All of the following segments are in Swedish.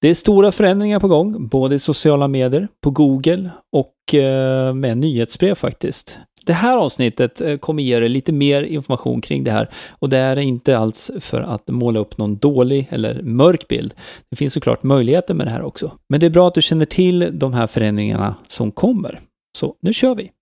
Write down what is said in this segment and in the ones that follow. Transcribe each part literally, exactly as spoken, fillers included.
Det är stora förändringar på gång, både i sociala medier, på Google och eh, med nyhetsbrev faktiskt. Det här avsnittet kommer ge er lite mer information kring det här, och det är inte alls för att måla upp någon dålig eller mörk bild. Det finns såklart möjligheter med det här också. Men det är bra att du känner till de här förändringarna som kommer. Så nu kör vi!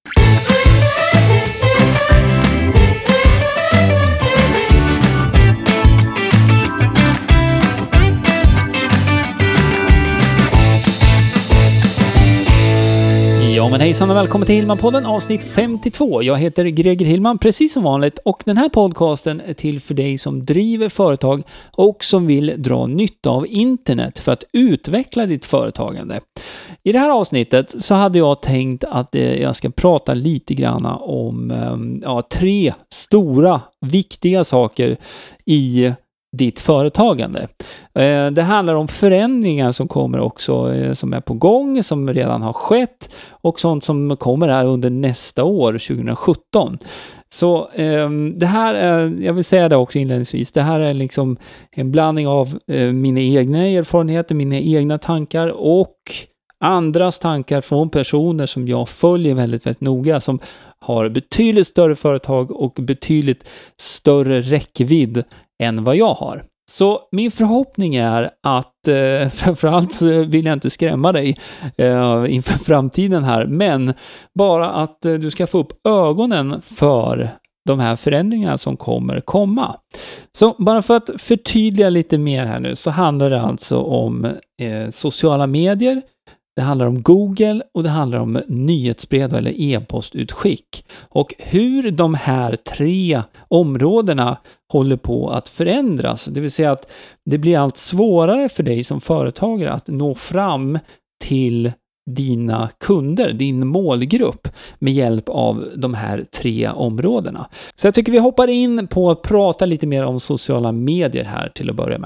Ja, men hejsan och välkommen till Hillman-podden avsnitt femtiotvå. Jag heter Greger Hillman, precis som vanligt, och den här podcasten är till för dig som driver företag och som vill dra nytta av internet för att utveckla ditt företagande. I det här avsnittet så hade jag tänkt att jag ska prata lite grann om ja, tre stora, viktiga saker i ditt företagande. Det handlar om förändringar som kommer också, som är på gång, som redan har skett, och sånt som kommer här under nästa år, tjugosjutton. Så det här är, jag vill säga det också inledningsvis, det här är liksom en blandning av mina egna erfarenheter, mina egna tankar och andras tankar från personer som jag följer väldigt, väldigt noga, som har betydligt större företag och betydligt större räckvidd än vad jag har. Så min förhoppning är att, eh, framförallt vill jag inte skrämma dig eh, inför framtiden här, men bara att eh, du ska få upp ögonen för de här förändringarna som kommer komma. Så bara för att förtydliga lite mer här nu, så handlar det alltså om eh, sociala medier. Det handlar om Google och det handlar om nyhetsbrev eller e-postutskick. Och hur de här tre områdena håller på att förändras. Det vill säga att det blir allt svårare för dig som företagare att nå fram till dina kunder, din målgrupp, med hjälp av de här tre områdena. Så jag tycker vi hoppar in på att prata lite mer om sociala medier här till att börja med.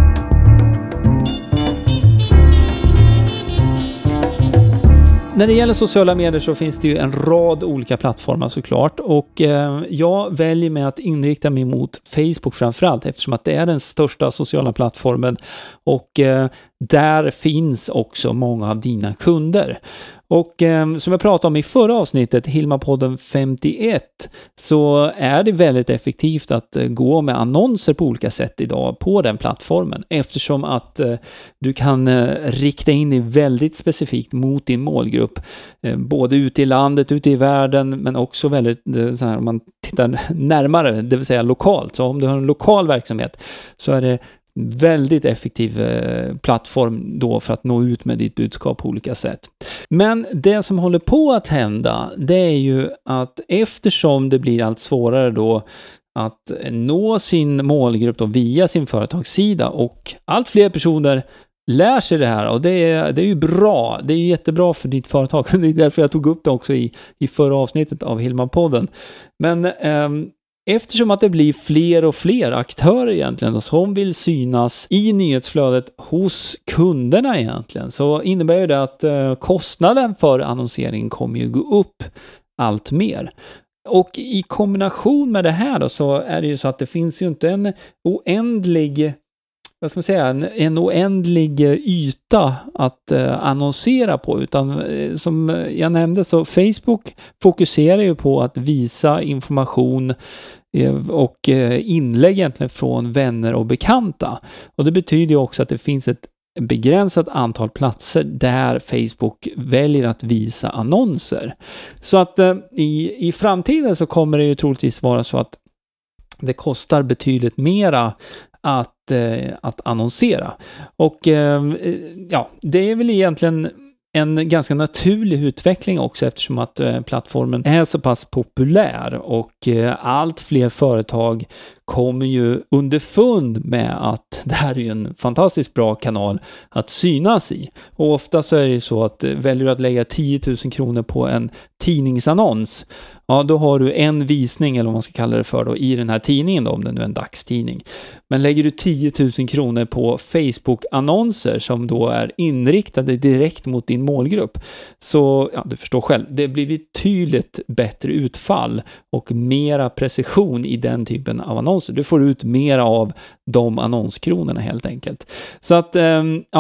När det gäller sociala medier så finns det ju en rad olika plattformar såklart, och eh, jag väljer med att inrikta mig mot Facebook framförallt, eftersom att det är den största sociala plattformen, och eh, där finns också många av dina kunder. Och eh, som jag pratade om i förra avsnittet, Hillman-podden femtioett, så är det väldigt effektivt att eh, gå med annonser på olika sätt idag på den plattformen, eftersom att eh, du kan eh, rikta in dig väldigt specifikt mot din målgrupp, eh, både ute i landet, ute i världen, men också väldigt, eh, så här, om man tittar närmare, det vill säga lokalt. Så om du har en lokal verksamhet så är det väldigt effektiv eh, plattform då för att nå ut med ditt budskap på olika sätt. Men det som håller på att hända, det är ju att eftersom det blir allt svårare då att nå sin målgrupp då via sin företagssida, och allt fler personer lär sig det här, och det är, det är ju bra. Det är ju jättebra för ditt företag. Det är därför jag tog upp det också i, i förra avsnittet av Hillman-podden. Men ehm, eftersom att det blir fler och fler aktörer egentligen som vill synas i nyhetsflödet hos kunderna egentligen, så innebär ju det att eh, kostnaden för annonsering kommer ju gå upp allt mer. Och i kombination med det här då, så är det ju så att det finns ju inte en oändlig vad ska man säga, en, en oändlig yta att eh, annonsera på, utan eh, som jag nämnde så Facebook fokuserar ju på att visa information eh, och eh, inlägg egentligen från vänner och bekanta. Och det betyder ju också att det finns ett begränsat antal platser där Facebook väljer att visa annonser. Så att eh, i, i framtiden så kommer det ju troligtvis vara så att det kostar betydligt mera att, eh, att annonsera. Och eh, ja, det är väl egentligen en ganska naturlig utveckling också, eftersom att eh, plattformen är så pass populär, och eh, allt fler företag kommer ju underfund med att det här är en fantastiskt bra kanal att synas i. Och ofta så är det så att väljer du att lägga tio tusen kronor på en tidningsannons, ja då har du en visning, eller vad man ska kalla det för då, i den här tidningen då, om det nu är en dagstidning. Men lägger du tio tusen kronor på Facebook-annonser som då är inriktade direkt mot din målgrupp, så ja, du förstår själv, det blir betydligt bättre utfall och mera precision i den typen av annonser. Du får ut mer av de annonskronorna helt enkelt. Så att, ja,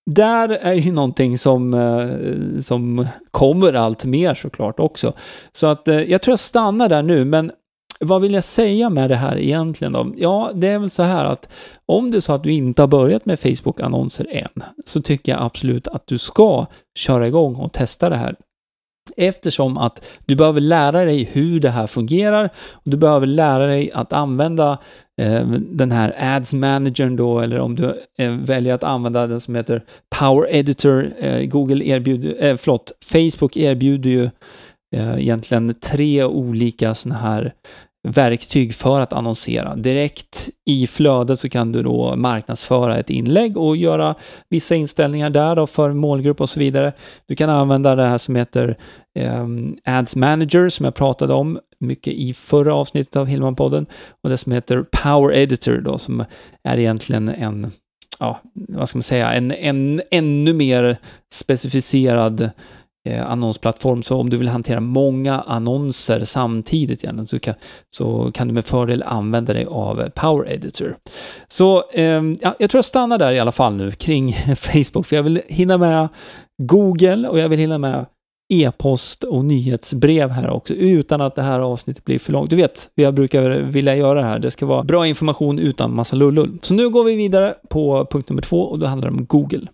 där är ju någonting som, eh, som kommer allt mer såklart också. Så att eh, jag tror jag stannar där nu, men vad vill jag säga med det här egentligen då? Ja, det är väl så här att om det är så att du inte har börjat med Facebook-annonser än, så tycker jag absolut att du ska köra igång och testa det här. Eftersom att du behöver lära dig hur det här fungerar och du behöver lära dig att använda eh, den här Ads Managern då, eller om du eh, väljer att använda den som heter Power Editor. Eh, Google erbjuder, eh, förlåt, Facebook erbjuder ju eh, egentligen tre olika såna här verktyg för att annonsera. Direkt i flödet så kan du då marknadsföra ett inlägg och göra vissa inställningar där då för målgrupp och så vidare. Du kan använda det här som heter um, Ads Manager som jag pratade om mycket i förra avsnittet av Hillman-podden, och det som heter Power Editor då, som är egentligen en, ja, vad ska man säga, en, en ännu mer specificerad Eh, annonsplattform. Så om du vill hantera många annonser samtidigt igen, så, kan, så kan du med fördel använda dig av Power Editor. Så eh, ja, jag tror jag stannar där i alla fall nu kring Facebook, för jag vill hinna med Google och jag vill hinna med e-post och nyhetsbrev här också, utan att det här avsnittet blir för långt. Du vet hur jag brukar vilja göra det här. Det ska vara bra information utan massa lullull. Så nu går vi vidare på punkt nummer två, och då handlar det om Google.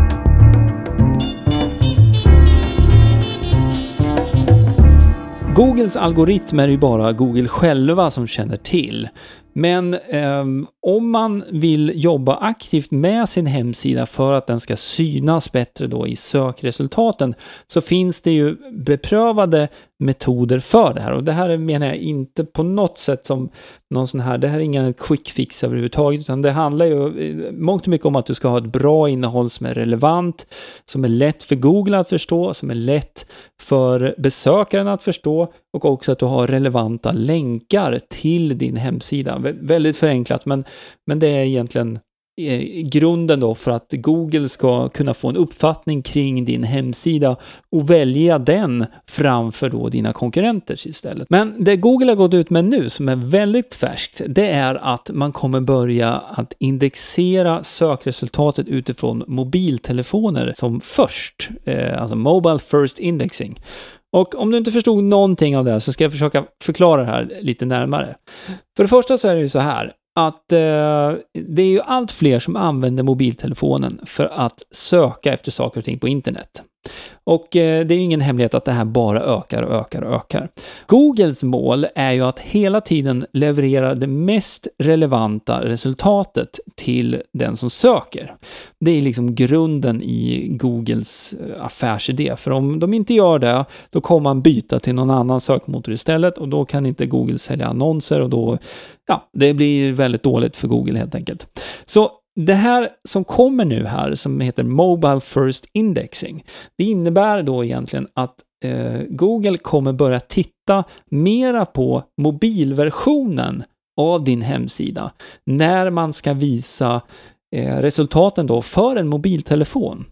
Googles algoritmer är ju bara Google själva som känner till. Men eh, om man vill jobba aktivt med sin hemsida för att den ska synas bättre då i sökresultaten, så finns det ju beprövade metoder för det här. Och det här menar jag inte på något sätt som någon sån här, det här är ingen quick fix överhuvudtaget, utan det handlar ju mångt och mycket om att du ska ha ett bra innehåll som är relevant, som är lätt för Google att förstå, som är lätt för besökaren att förstå, och också att du har relevanta länkar till din hemsida. Vä- väldigt förenklat, men, men det är egentligen eh, grunden då för att Google ska kunna få en uppfattning kring din hemsida och välja den framför då dina konkurrenter istället. Men det Google har gått ut med nu som är väldigt färskt, det är att man kommer börja att indexera sökresultatet utifrån mobiltelefoner som först, eh, alltså Mobile First Indexing. Och om du inte förstod någonting av det här så ska jag försöka förklara det här lite närmare. För det första så är det ju så här att eh, det är ju allt fler som använder mobiltelefonen för att söka efter saker och ting på internet. Och eh, det är ju ingen hemlighet att det här bara ökar och ökar och ökar. Googles mål är ju att hela tiden leverera det mest relevanta resultatet till den som söker. Det är liksom grunden i Googles affärsidé. För om de inte gör det, då kommer man byta till någon annan sökmotor istället, och då kan inte Google sälja annonser, och då, ja, det blir väldigt dåligt för Google helt enkelt. Så det här som kommer nu här, som heter Mobile First Indexing, det innebär då egentligen att eh, Google kommer börja titta mera på mobilversionen av din hemsida när man ska visa eh, resultaten då för en mobiltelefon.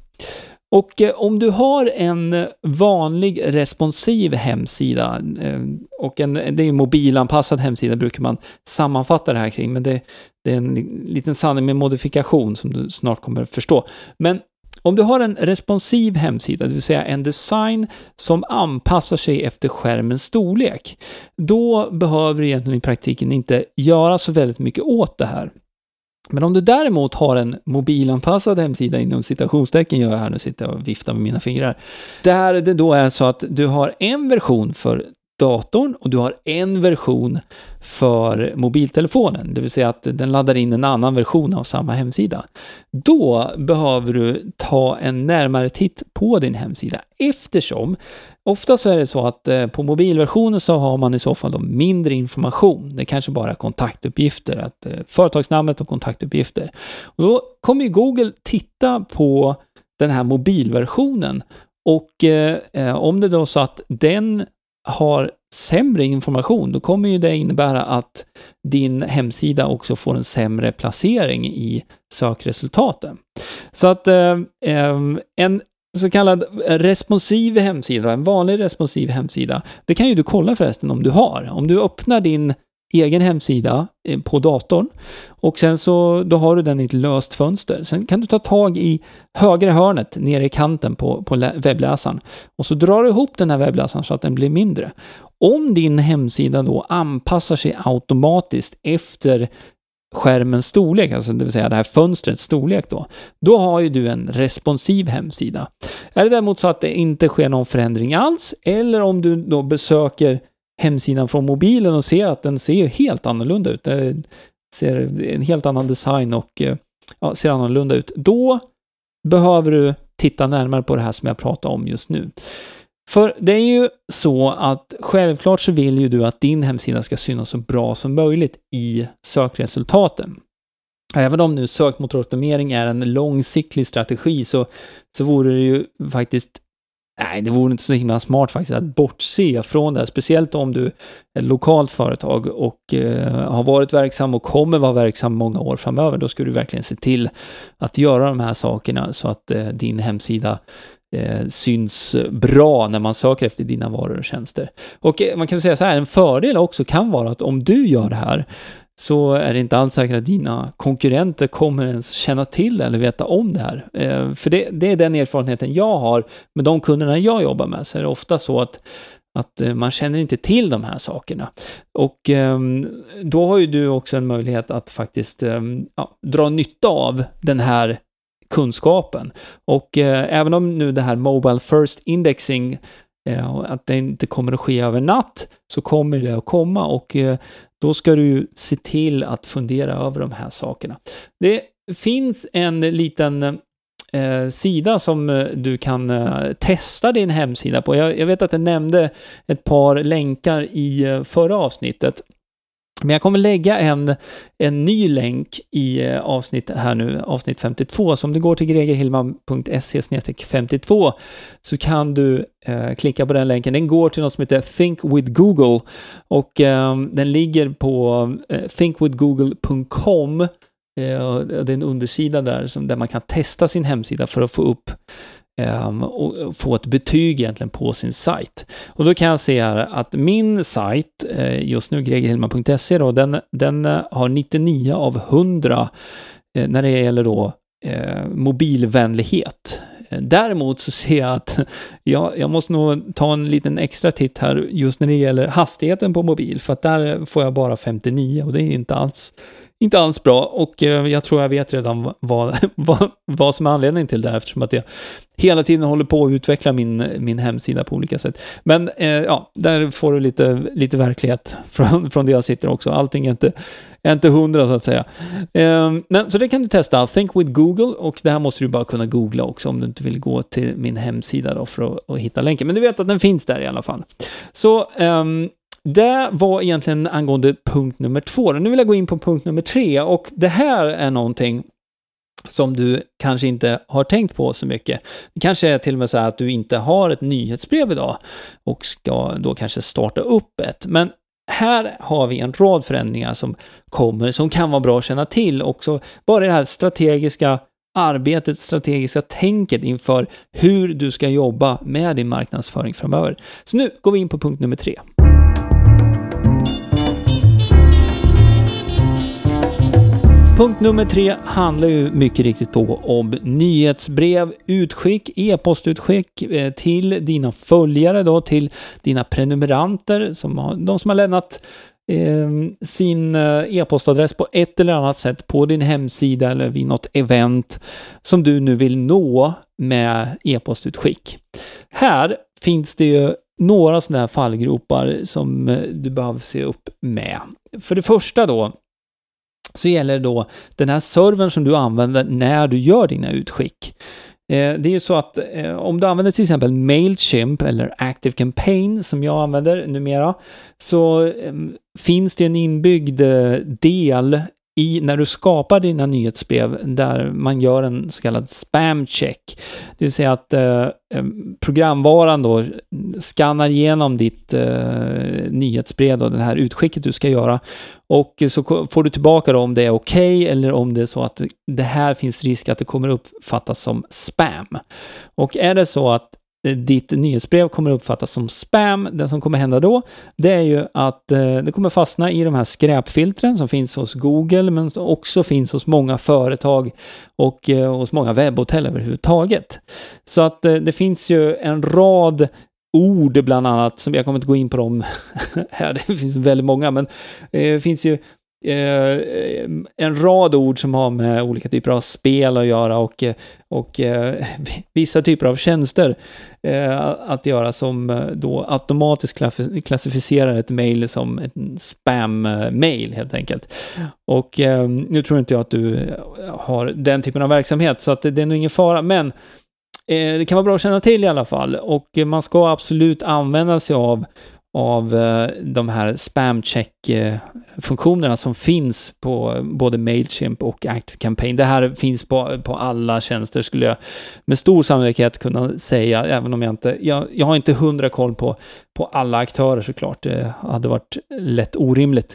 Och eh, om du har en vanlig responsiv hemsida, eh, och en, det är en mobilanpassad hemsida brukar man sammanfatta det här kring, men det, det är en liten sanning med modifikation som du snart kommer att förstå. Men om du har en responsiv hemsida, det vill säga en design som anpassar sig efter skärmens storlek, då behöver du egentligen i praktiken inte göra så väldigt mycket åt det här. Men om du däremot har en mobilanpassad hemsida, inom citationstecken gör jag här, nu sitter jag och viftar med mina fingrar, där det då är så att du har en version för datorn och du har en version för mobiltelefonen, det vill säga att den laddar in en annan version av samma hemsida. Då behöver du ta en närmare titt på din hemsida, eftersom ofta så är det så att eh, på mobilversionen så har man i så fall då mindre information. Det kanske bara är kontaktuppgifter, att, eh, företagsnamnet och kontaktuppgifter. Och då kommer ju Google titta på den här mobilversionen, och eh, om det då så att den har sämre information, då kommer ju det innebära att din hemsida också får en sämre placering i sökresultaten. Så att eh, en så kallad responsiv hemsida, en vanlig responsiv hemsida, det kan ju du kolla förresten om du har. Om du öppnar din egen hemsida på datorn och sen så då har du den i ett löst fönster. Sen kan du ta tag i högra hörnet nere i kanten på, på webbläsaren och så drar du ihop den här webbläsaren så att den blir mindre. Om din hemsida då anpassar sig automatiskt efter skärmens storlek, alltså det vill säga det här fönstrets storlek då, då har ju du en responsiv hemsida. Är det däremot så att det inte sker någon förändring alls, eller om du då besöker hemsidan från mobilen och ser att den ser helt annorlunda ut, det ser en helt annan design och ja, ser annorlunda ut, då behöver du titta närmare på det här som jag pratar om just nu. För det är ju så att självklart så vill ju du att din hemsida ska synas så bra som möjligt i sökresultaten. Även om nu sökmotoroptimering är en långsiktig strategi så, så vore det ju faktiskt, nej det vore inte så himla smart faktiskt att bortse från det. Speciellt om du är ett lokalt företag och eh, har varit verksam och kommer vara verksam många år framöver. Då ska du verkligen se till att göra de här sakerna så att eh, din hemsida Eh, syns bra när man söker efter dina varor och tjänster. Och eh, man kan säga så här, en fördel också kan vara att om du gör det här så är det inte alls säkert att dina konkurrenter kommer ens känna till det eller veta om det här. Eh, för det, det är den erfarenheten jag har med de kunderna jag jobbar med, så är det ofta så att att eh, man känner inte till de här sakerna. Och eh, då har ju du också en möjlighet att faktiskt eh, ja, dra nytta av den här kunskapen. Och eh, även om nu det här mobile first indexing eh, att det inte kommer att ske över natt, så kommer det att komma och eh, då ska du se till att fundera över de här sakerna. Det finns en liten eh, sida som du kan eh, testa din hemsida på. Jag, jag vet att jag nämnde ett par länkar i eh, förra avsnittet. Men jag kommer lägga en, en ny länk i eh, avsnitt här nu, avsnitt femtiotvå. Så om du går till gregerhillman punkt se slash femtiotvå så kan du eh, klicka på den länken. Den går till något som heter Think with Google och eh, den ligger på eh, think with google punkt com. Eh, det är en undersida där som, där man kan testa sin hemsida för att få upp Um, och få ett betyg egentligen på sin sajt. Och då kan jag se här att min sajt eh, just nu, gregerhillman punkt se då, den, den har nittionio av hundra eh, när det gäller då eh, mobilvänlighet. Däremot så ser jag att ja, jag måste nog ta en liten extra titt här just när det gäller hastigheten på mobil, för att där får jag bara femtionio och det är inte alls Inte alls bra, och eh, jag tror jag vet redan vad, vad, vad som är anledningen till det, eftersom att jag hela tiden håller på att utveckla min, min hemsida på olika sätt. Men eh, ja, där får du lite, lite verklighet från, från det jag sitter också. Allting är inte, är inte hundra så att säga. Eh, men, så det kan du testa. Think with Google, och det här måste du bara kunna googla också om du inte vill gå till min hemsida då för att, att hitta länken. Men du vet att den finns där i alla fall. Så ehm, det var egentligen angående punkt nummer två. Nu vill jag gå in på punkt nummer tre, och det här är någonting som du kanske inte har tänkt på så mycket. Det kanske är till och med så här att du inte har ett nyhetsbrev idag och ska då kanske starta upp ett. Men här har vi en rad förändringar som kommer, som kan vara bra att känna till. Och så bara det här strategiska arbetet, strategiska tänket inför hur du ska jobba med din marknadsföring framöver. Så nu går vi in på punkt nummer tre. Punkt nummer tre handlar ju mycket riktigt då om nyhetsbrev, utskick, e-postutskick eh, till dina följare då, till dina prenumeranter, som har, de som har lämnat eh, sin eh, e-postadress på ett eller annat sätt på din hemsida eller vid något event som du nu vill nå med e-postutskick. Här finns det ju några sådana här fallgropar som eh, du behöver se upp med. För det första då, så gäller det då den här servern som du använder när du gör dina utskick. Eh, det är ju så att eh, om du använder till exempel Mailchimp eller ActiveCampaign som jag använder numera, så eh, finns det en inbyggd eh, del i när du skapar dina nyhetsbrev där man gör en så kallad spam check. Det vill säga att eh, programvaran då skannar igenom ditt eh, nyhetsbrev och det här utskicket du ska göra, och så får du tillbaka då om det är okej okay, eller om det är så att det här finns risk att det kommer uppfattas som spam. Och är det så att ditt nyhetsbrev kommer uppfattas som spam. Det som kommer hända då, det är ju att eh, det kommer fastna i de här skräpfiltren som finns hos Google, men som också finns hos många företag och eh, hos många webbhotell överhuvudtaget. Så att eh, det finns ju en rad ord bland annat, som jag kommer inte gå in på dem här, det finns väldigt många, men eh, det finns ju Eh, en rad ord som har med olika typer av spel att göra och, och eh, vissa typer av tjänster eh, att göra, som då automatiskt klassificerar ett mejl som en spam-mail helt enkelt. Och eh, nu tror inte jag att du har den typen av verksamhet, så att det, det är nog ingen fara, men eh, det kan vara bra att känna till i alla fall, och man ska absolut använda sig av av de här spam-check-funktionerna som finns på både Mailchimp och ActiveCampaign. Det här finns på, på alla tjänster, skulle jag med stor sannolikhet kunna säga, även om jag inte, jag, jag har inte hundra koll på, på alla aktörer såklart. Det hade varit lätt orimligt.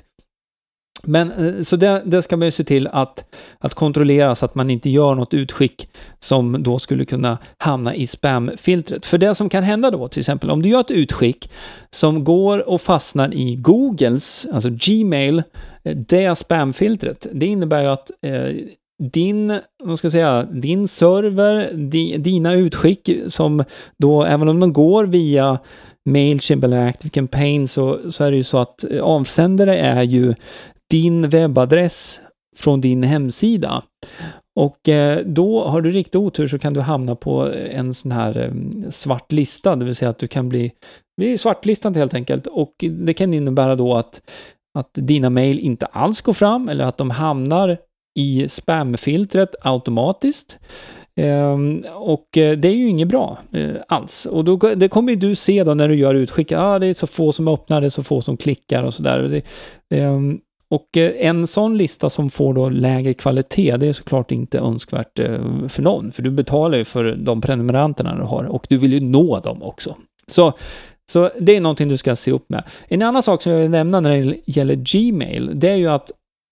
Men så det, det ska man ju se till att, att kontrollera så att man inte gör något utskick som då skulle kunna hamna i spamfiltret. För det som kan hända då, till exempel om du gör ett utskick som går och fastnar i Googles, alltså Gmail, det spamfiltret, det innebär ju att eh, din, vad ska jag säga, din server, di, dina utskick som då, även om de går via Mailchimp eller ActiveCampaign, så, så är det ju så att avsändare är ju din webbadress från din hemsida. Och eh, då har du riktigt otur så kan du hamna på en sån här eh, svart lista, det vill säga att du kan bli, bli svartlistad helt enkelt. Och det kan innebära då att, att dina mejl inte alls går fram, eller att de hamnar i spamfiltret automatiskt. Um, och uh, det är ju inget bra uh, alls. Och då, det kommer ju du se då när du gör utskick. Ah, det är så få som öppnar, det är så få som klickar och sådär. Um, och uh, en sån lista som får då lägre kvalitet, det är såklart inte önskvärt uh, för någon. För du betalar ju för de prenumeranterna du har, och du vill ju nå dem också. Så, så det är någonting du ska se upp med. En annan sak som jag vill nämna när det gäller Gmail, det är ju att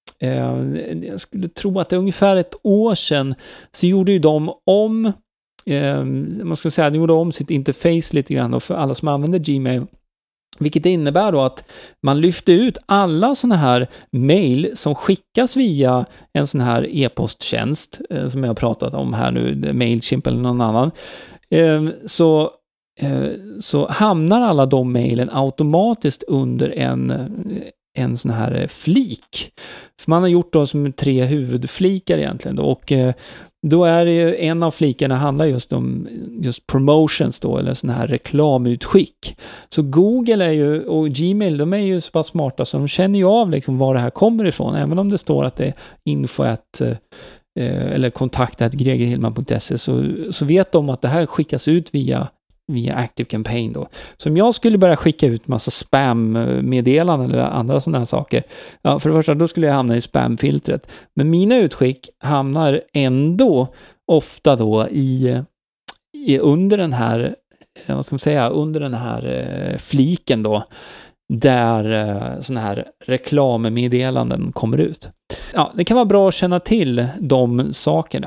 jag skulle tro att det är ungefär ett år sedan så gjorde ju de om eh, man ska säga, de gjorde om sitt interface lite grann för alla som använder Gmail, vilket innebär då att man lyfter ut alla såna här mejl som skickas via en sån här e-posttjänst eh, som jag har pratat om här nu, Mailchimp eller någon annan, eh, så eh, så hamnar alla de mejlen automatiskt under en en sån här flik. Så man har gjort då som tre huvudflikar egentligen då, och eh, då är det en av flikarna handlar just om just promotions då, eller sån här reklamutskick. Så Google är ju, och Gmail, de är ju så pass smarta så de känner ju av liksom var det här kommer ifrån, även om det står att det är info at, eh, eller kontakt at gregerhillman punkt se, så, så vet de att det här skickas ut via via ActiveCampaign då. Så om jag skulle börja skicka ut massa spam-meddelanden eller andra sådana här saker, ja, för det första då skulle jag hamna i spamfiltret. Men mina utskick hamnar ändå ofta då i, i under den här, vad ska man säga, under den här eh, fliken då, där eh, sådana här reklammeddelanden kommer ut. Ja, det kan vara bra att känna till de sakerna.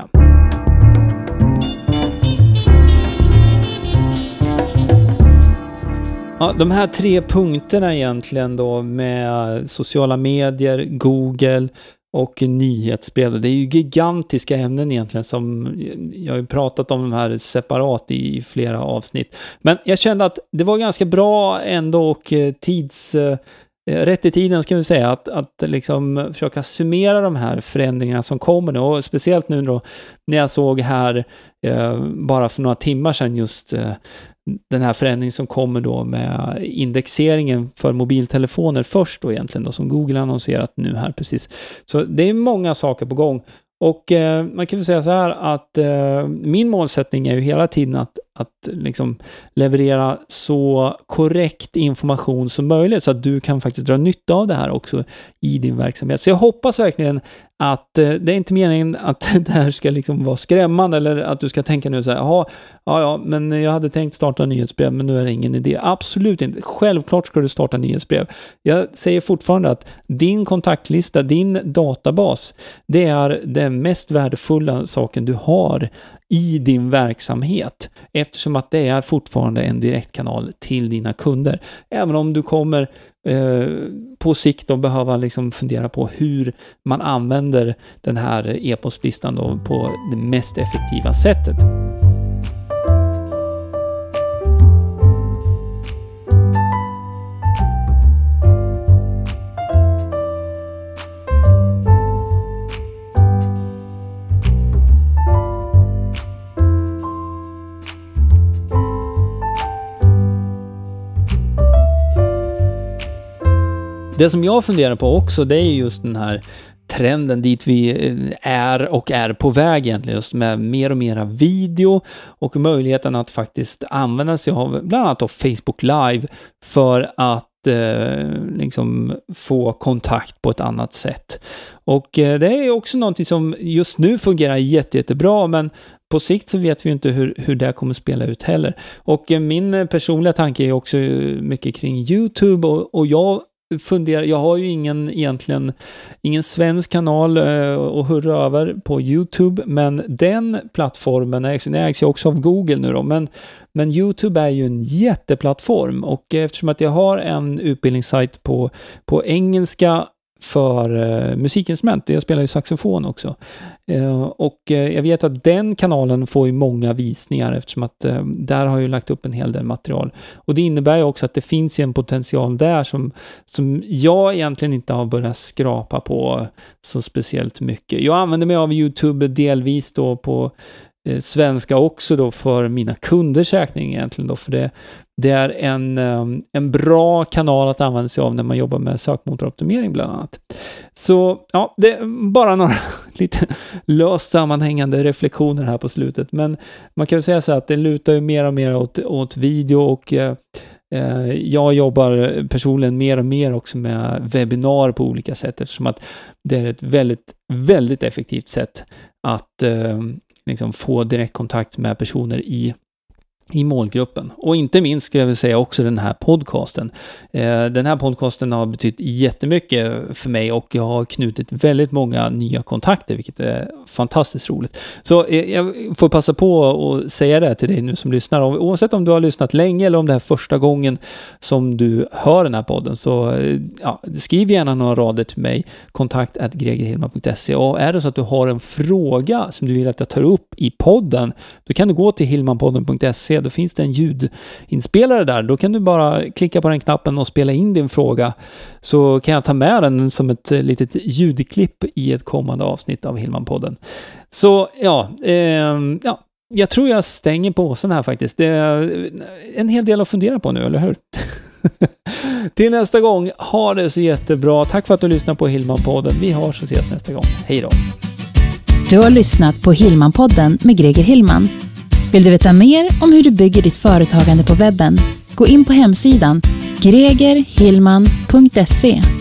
Ja, de här tre punkterna egentligen då med sociala medier, Google och nyhetsbrev. Det är ju gigantiska ämnen egentligen som jag har pratat om de här separat i flera avsnitt. Men jag kände att det var ganska bra ändå och tids... rätt i tiden ska vi säga att, att liksom försöka summera de här förändringarna som kommer nu, och speciellt nu då när jag såg här eh, bara för några timmar sedan just eh, den här förändringen som kommer då med indexeringen för mobiltelefoner först då egentligen då, som Google annonserat nu här precis. Så det är många saker på gång. Och eh, man kan väl säga så här att eh, min målsättning är ju hela tiden att, att liksom leverera så korrekt information som möjligt så att du kan faktiskt dra nytta av det här också i din verksamhet. Så jag hoppas verkligen att eh, det är inte meningen att det här ska liksom vara skrämmande eller att du ska tänka nu så här, jaha, ja, ja, men jag hade tänkt starta nyhetsbrev men nu är det ingen idé. Absolut inte. Självklart ska du starta nyhetsbrev. Jag säger fortfarande att din kontaktlista, din databas, det är den mest värdefulla saken du har i din verksamhet, eftersom att det är fortfarande en direktkanal till dina kunder. Även om du kommer eh, på sikt att behöva liksom fundera på hur man använder den här e-postlistan då på det mest effektiva sättet. Det som jag funderar på också, det är just den här trenden dit vi är och är på väg egentligen, just med mer och mera video och möjligheten att faktiskt använda sig av bland annat av Facebook Live för att eh, liksom få kontakt på ett annat sätt. Och eh, det är också någonting som just nu fungerar jätte, jättebra, men på sikt så vet vi inte hur, hur det kommer spela ut heller. Och eh, min personliga tanke är också mycket kring YouTube, och, och jag funderar, jag har ju ingen egentligen ingen svensk kanal eh, att hurra över på YouTube, men den plattformen ägs, ägs ju också av Google nu då, men, men YouTube är ju en jätteplattform, och eftersom att jag har en utbildningssajt på, på engelska för eh, musikinstrument, jag spelar ju saxofon också, eh, och eh, jag vet att den kanalen får ju många visningar, eftersom att eh, där har jag ju lagt upp en hel del material, och det innebär ju också att det finns ju en potential där som, som jag egentligen inte har börjat skrapa på så speciellt mycket. Jag använder mig av YouTube delvis då på eh, svenska också då för mina kunders räkning egentligen då, för det Det är en, en bra kanal att använda sig av när man jobbar med sökmotoroptimering bland annat. Så ja, det är bara några lite löst sammanhängande reflektioner här på slutet. Men man kan väl säga så att det lutar ju mer och mer åt, åt video, och eh, jag jobbar personligen mer och mer också med webbinar på olika sätt, eftersom att det är ett väldigt, väldigt effektivt sätt att eh, liksom få direktkontakt med personer i i målgruppen. Och inte minst ska jag väl säga också den här podcasten. Eh, den här podcasten har betytt jättemycket för mig, och jag har knutit väldigt många nya kontakter, vilket är fantastiskt roligt. Så eh, jag får passa på att säga det till dig nu som lyssnar. Oavsett om du har lyssnat länge eller om det är första gången som du hör den här podden, så eh, ja, skriv gärna några rader till mig, kontakt at gregerhillman punkt se, och är det så att du har en fråga som du vill att jag tar upp i podden, då kan du gå till hillmanpodden punkt se. Då finns det en ljudinspelare där. Då kan du bara klicka på den knappen och spela in din fråga, så kan jag ta med den som ett litet ljudklipp i ett kommande avsnitt av Hillman-podden. Så ja, eh, ja, jag tror jag stänger på åsen här faktiskt. Det är en hel del att fundera på nu, eller hur? Till nästa gång, ha det så jättebra. Tack för att du lyssnar på Hillman-podden. Vi hörs och ses nästa gång. Hej då! Du har lyssnat på Hillman-podden med Greger Hillman. Vill du veta mer om hur du bygger ditt företagande på webben? Gå in på hemsidan greger hillman punkt se.